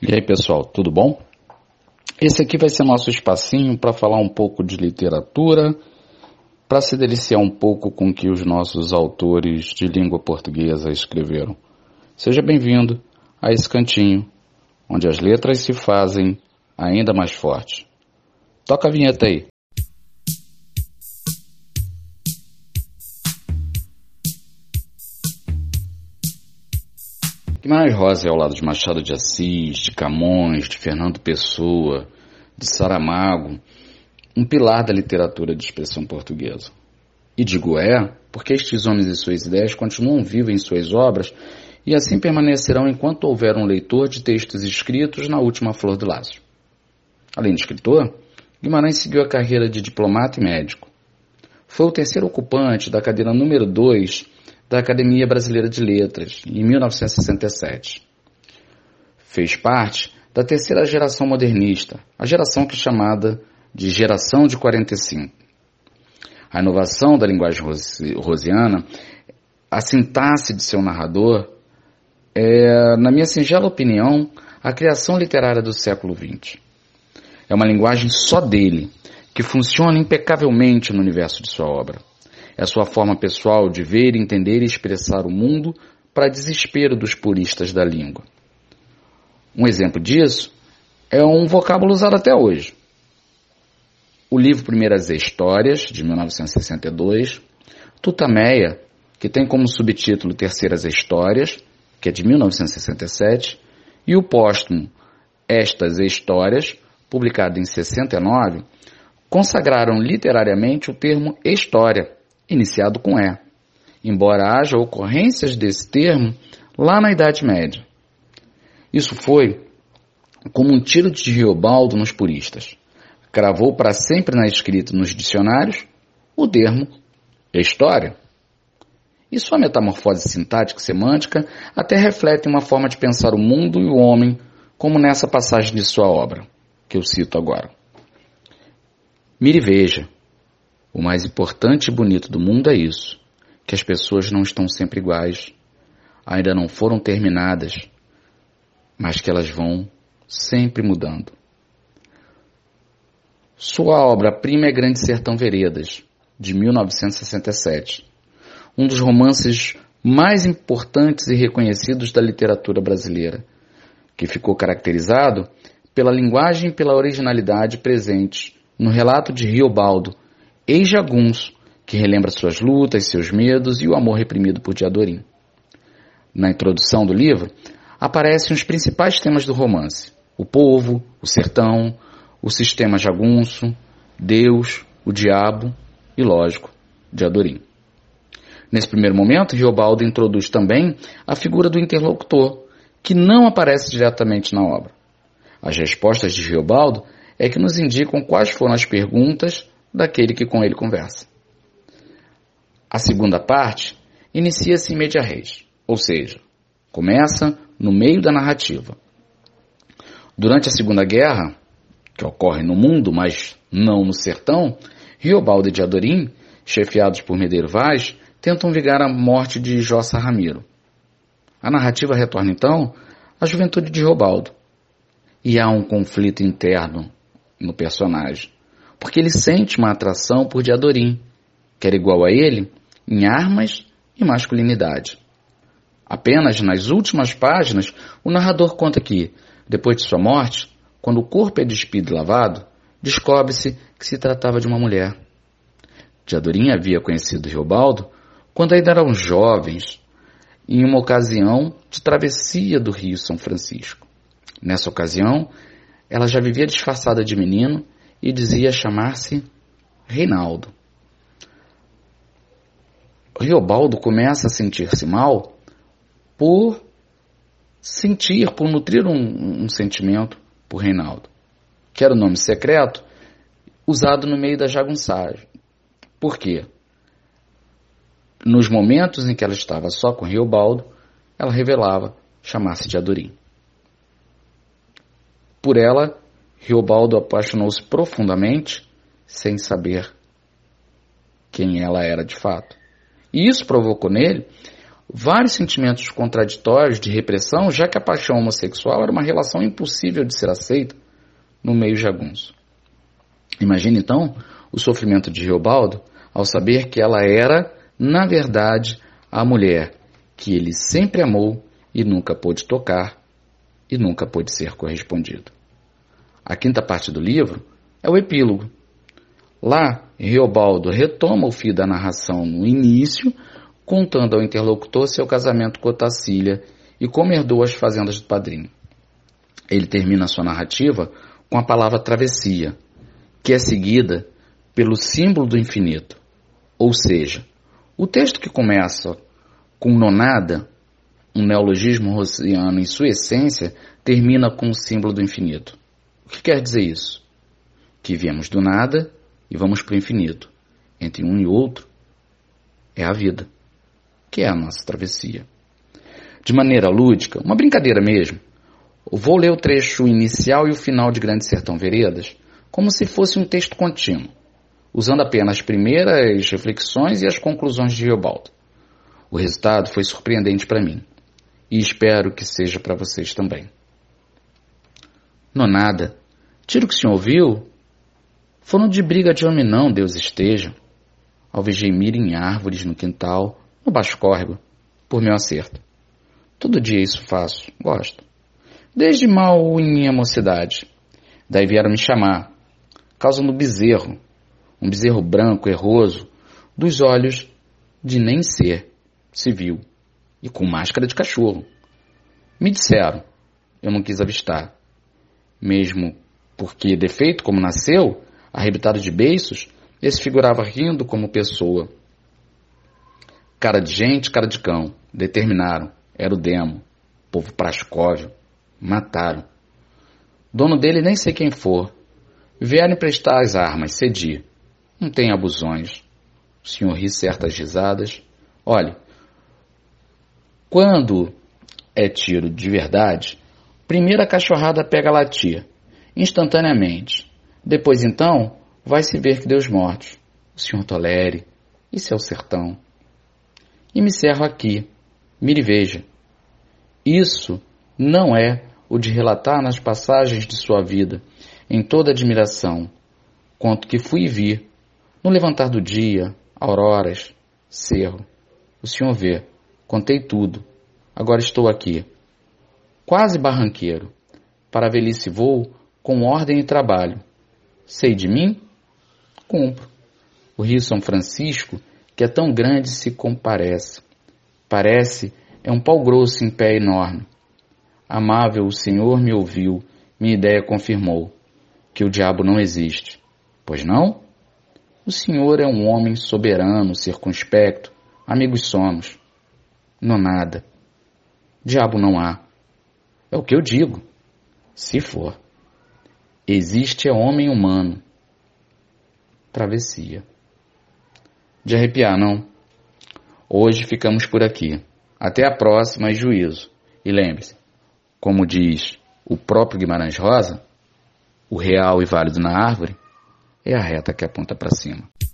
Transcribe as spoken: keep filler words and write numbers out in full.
E aí, pessoal, tudo bom? Esse aqui vai ser nosso espacinho para falar um pouco de literatura, para se deliciar um pouco com o que os nossos autores de língua portuguesa escreveram. Seja bem-vindo a esse cantinho, onde as letras se fazem ainda mais fortes. Toca a vinheta aí. Guimarães Rosa é ao lado de Machado de Assis, de Camões, de Fernando Pessoa, de Saramago, um pilar da literatura de expressão portuguesa. E digo é, porque estes homens e suas ideias continuam vivos em suas obras e assim permanecerão enquanto houver um leitor de textos escritos na última flor do lácio. Além de escritor, Guimarães seguiu a carreira de diplomata e médico. Foi o terceiro ocupante da cadeira número dois da Academia Brasileira de Letras, em mil novecentos e sessenta e sete. Fez parte da terceira geração modernista, a geração que é chamada de Geração de quarenta e cinco. A inovação da linguagem rosiana, a sintaxe de seu narrador, é, na minha singela opinião, a criação literária do século vinte. É uma linguagem só dele, que funciona impecavelmente no universo de sua obra. É a sua forma pessoal de ver, entender e expressar o mundo para desespero dos puristas da língua. Um exemplo disso é um vocábulo usado até hoje. O livro Primeiras Histórias, de mil novecentos e sessenta e dois, Tutameia, que tem como subtítulo Terceiras Histórias, que é de mil novecentos e sessenta e sete, e o póstumo Estas Histórias, publicado em sessenta e nove, consagraram literariamente o termo história, iniciado com E, embora haja ocorrências desse termo lá na Idade Média. Isso foi como um tiro de Riobaldo nos puristas. Cravou para sempre na escrita nos dicionários o termo história. E sua metamorfose sintática e semântica até reflete uma forma de pensar o mundo e o homem, como nessa passagem de sua obra, que eu cito agora. Mire e veja. O mais importante e bonito do mundo é isso, que as pessoas não estão sempre iguais, ainda não foram terminadas, mas que elas vão sempre mudando. Sua obra-prima é Grande Sertão Veredas, de mil novecentos e sessenta e sete, um dos romances mais importantes e reconhecidos da literatura brasileira, que ficou caracterizado pela linguagem e pela originalidade presentes no relato de Riobaldo, ex-jagunço, que relembra suas lutas, seus medos e o amor reprimido por Diadorim. Na introdução do livro, aparecem os principais temas do romance: o povo, o sertão, o sistema jagunço, Deus, o diabo e, lógico, Diadorim. Nesse primeiro momento, Riobaldo introduz também a figura do interlocutor, que não aparece diretamente na obra. As respostas de Riobaldo é que nos indicam quais foram as perguntas daquele que com ele conversa. A segunda parte inicia-se em media res, ou seja, começa no meio da narrativa. Durante a Segunda Guerra, que ocorre no mundo, mas não no sertão, Riobaldo e Diadorim, chefiados por Medeiro Vaz, tentam vingar a morte de Joça Ramiro. A narrativa retorna então à juventude de Riobaldo. E há um conflito interno no personagem, porque ele sente uma atração por Diadorim, que era igual a ele em armas e masculinidade. Apenas nas últimas páginas, o narrador conta que, depois de sua morte, quando o corpo é despido e lavado, descobre-se que se tratava de uma mulher. Diadorim havia conhecido Riobaldo quando ainda eram jovens, em uma ocasião de travessia do Rio São Francisco. Nessa ocasião, ela já vivia disfarçada de menino e dizia chamar-se Reinaldo. Riobaldo começa a sentir-se mal por sentir, por nutrir um, um sentimento por Reinaldo, que era o nome secreto usado no meio da jagunçagem. Por quê? Nos momentos em que ela estava só com Riobaldo, ela revelava chamar-se Diadorim. Por ela, Riobaldo apaixonou-se profundamente, sem saber quem ela era de fato. E isso provocou nele vários sentimentos contraditórios de repressão, já que a paixão homossexual era uma relação impossível de ser aceita no meio jagunço. Imagine, então, o sofrimento de Reobaldo ao saber que ela era, na verdade, a mulher que ele sempre amou e nunca pôde tocar e nunca pôde ser correspondido. A quinta parte do livro é o epílogo. Lá, Reobaldo retoma o fio da narração no início, contando ao interlocutor seu casamento com Otacília e como herdou as fazendas do padrinho. Ele termina sua narrativa com a palavra travessia, que é seguida pelo símbolo do infinito. Ou seja, o texto que começa com nonada, um neologismo rossiano em sua essência, termina com o símbolo do infinito. O que quer dizer isso? Que viemos do nada e vamos para o infinito. Entre um e outro é a vida, que é a nossa travessia. De maneira lúdica, uma brincadeira mesmo, vou ler o trecho inicial e o final de Grande Sertão Veredas como se fosse um texto contínuo, usando apenas as primeiras reflexões e as conclusões de Reobaldo. O resultado foi surpreendente para mim, e espero que seja para vocês também. Nonada, tiro que o senhor ouviu? Foram de briga de homem não, Deus esteja. Alvejei mira em árvores no quintal, no baixo córrego, por meu acerto. Todo dia isso faço, gosto. Desde mal em minha mocidade. Daí vieram me chamar, causando bezerro, um bezerro branco, erroso, dos olhos de nem ser civil e com máscara de cachorro. Me disseram, eu não quis avistar. Mesmo porque, defeito como nasceu, arrebitado de beiços, esse figurava rindo como pessoa. Cara de gente, cara de cão. Determinaram. Era o demo. Povo prascóvio. Mataram. Dono dele nem sei quem for. Vieram emprestar as armas, cedi. Não tem abusões. O senhor ri certas risadas. Olhe, quando é tiro de verdade, primeiro a cachorrada pega a latir, instantaneamente. Depois, então, vai-se ver que Deus mortos. O senhor tolere. Isso é o sertão. E me cerro aqui. Mire e veja. Isso não é o de relatar nas passagens de sua vida, em toda admiração, quanto que fui e vi, no levantar do dia, auroras, cerro. O senhor vê, contei tudo. Agora estou aqui, quase barranqueiro. Para a velhice vou com ordem e trabalho. Sei de mim? Cumpro. O Rio São Francisco, que é tão grande, se comparece. Parece é um pau grosso em pé enorme. Amável, o Senhor me ouviu, minha ideia confirmou, que o diabo não existe. Pois não? O Senhor é um homem soberano, circunspecto, amigos somos. Não nada. Diabo não há. É o que eu digo. Se for. Existe é homem humano. Travessia. De arrepiar, não? Hoje ficamos por aqui. Até a próxima e juízo. E lembre-se, como diz o próprio Guimarães Rosa, o real e válido na árvore é a reta que aponta para cima.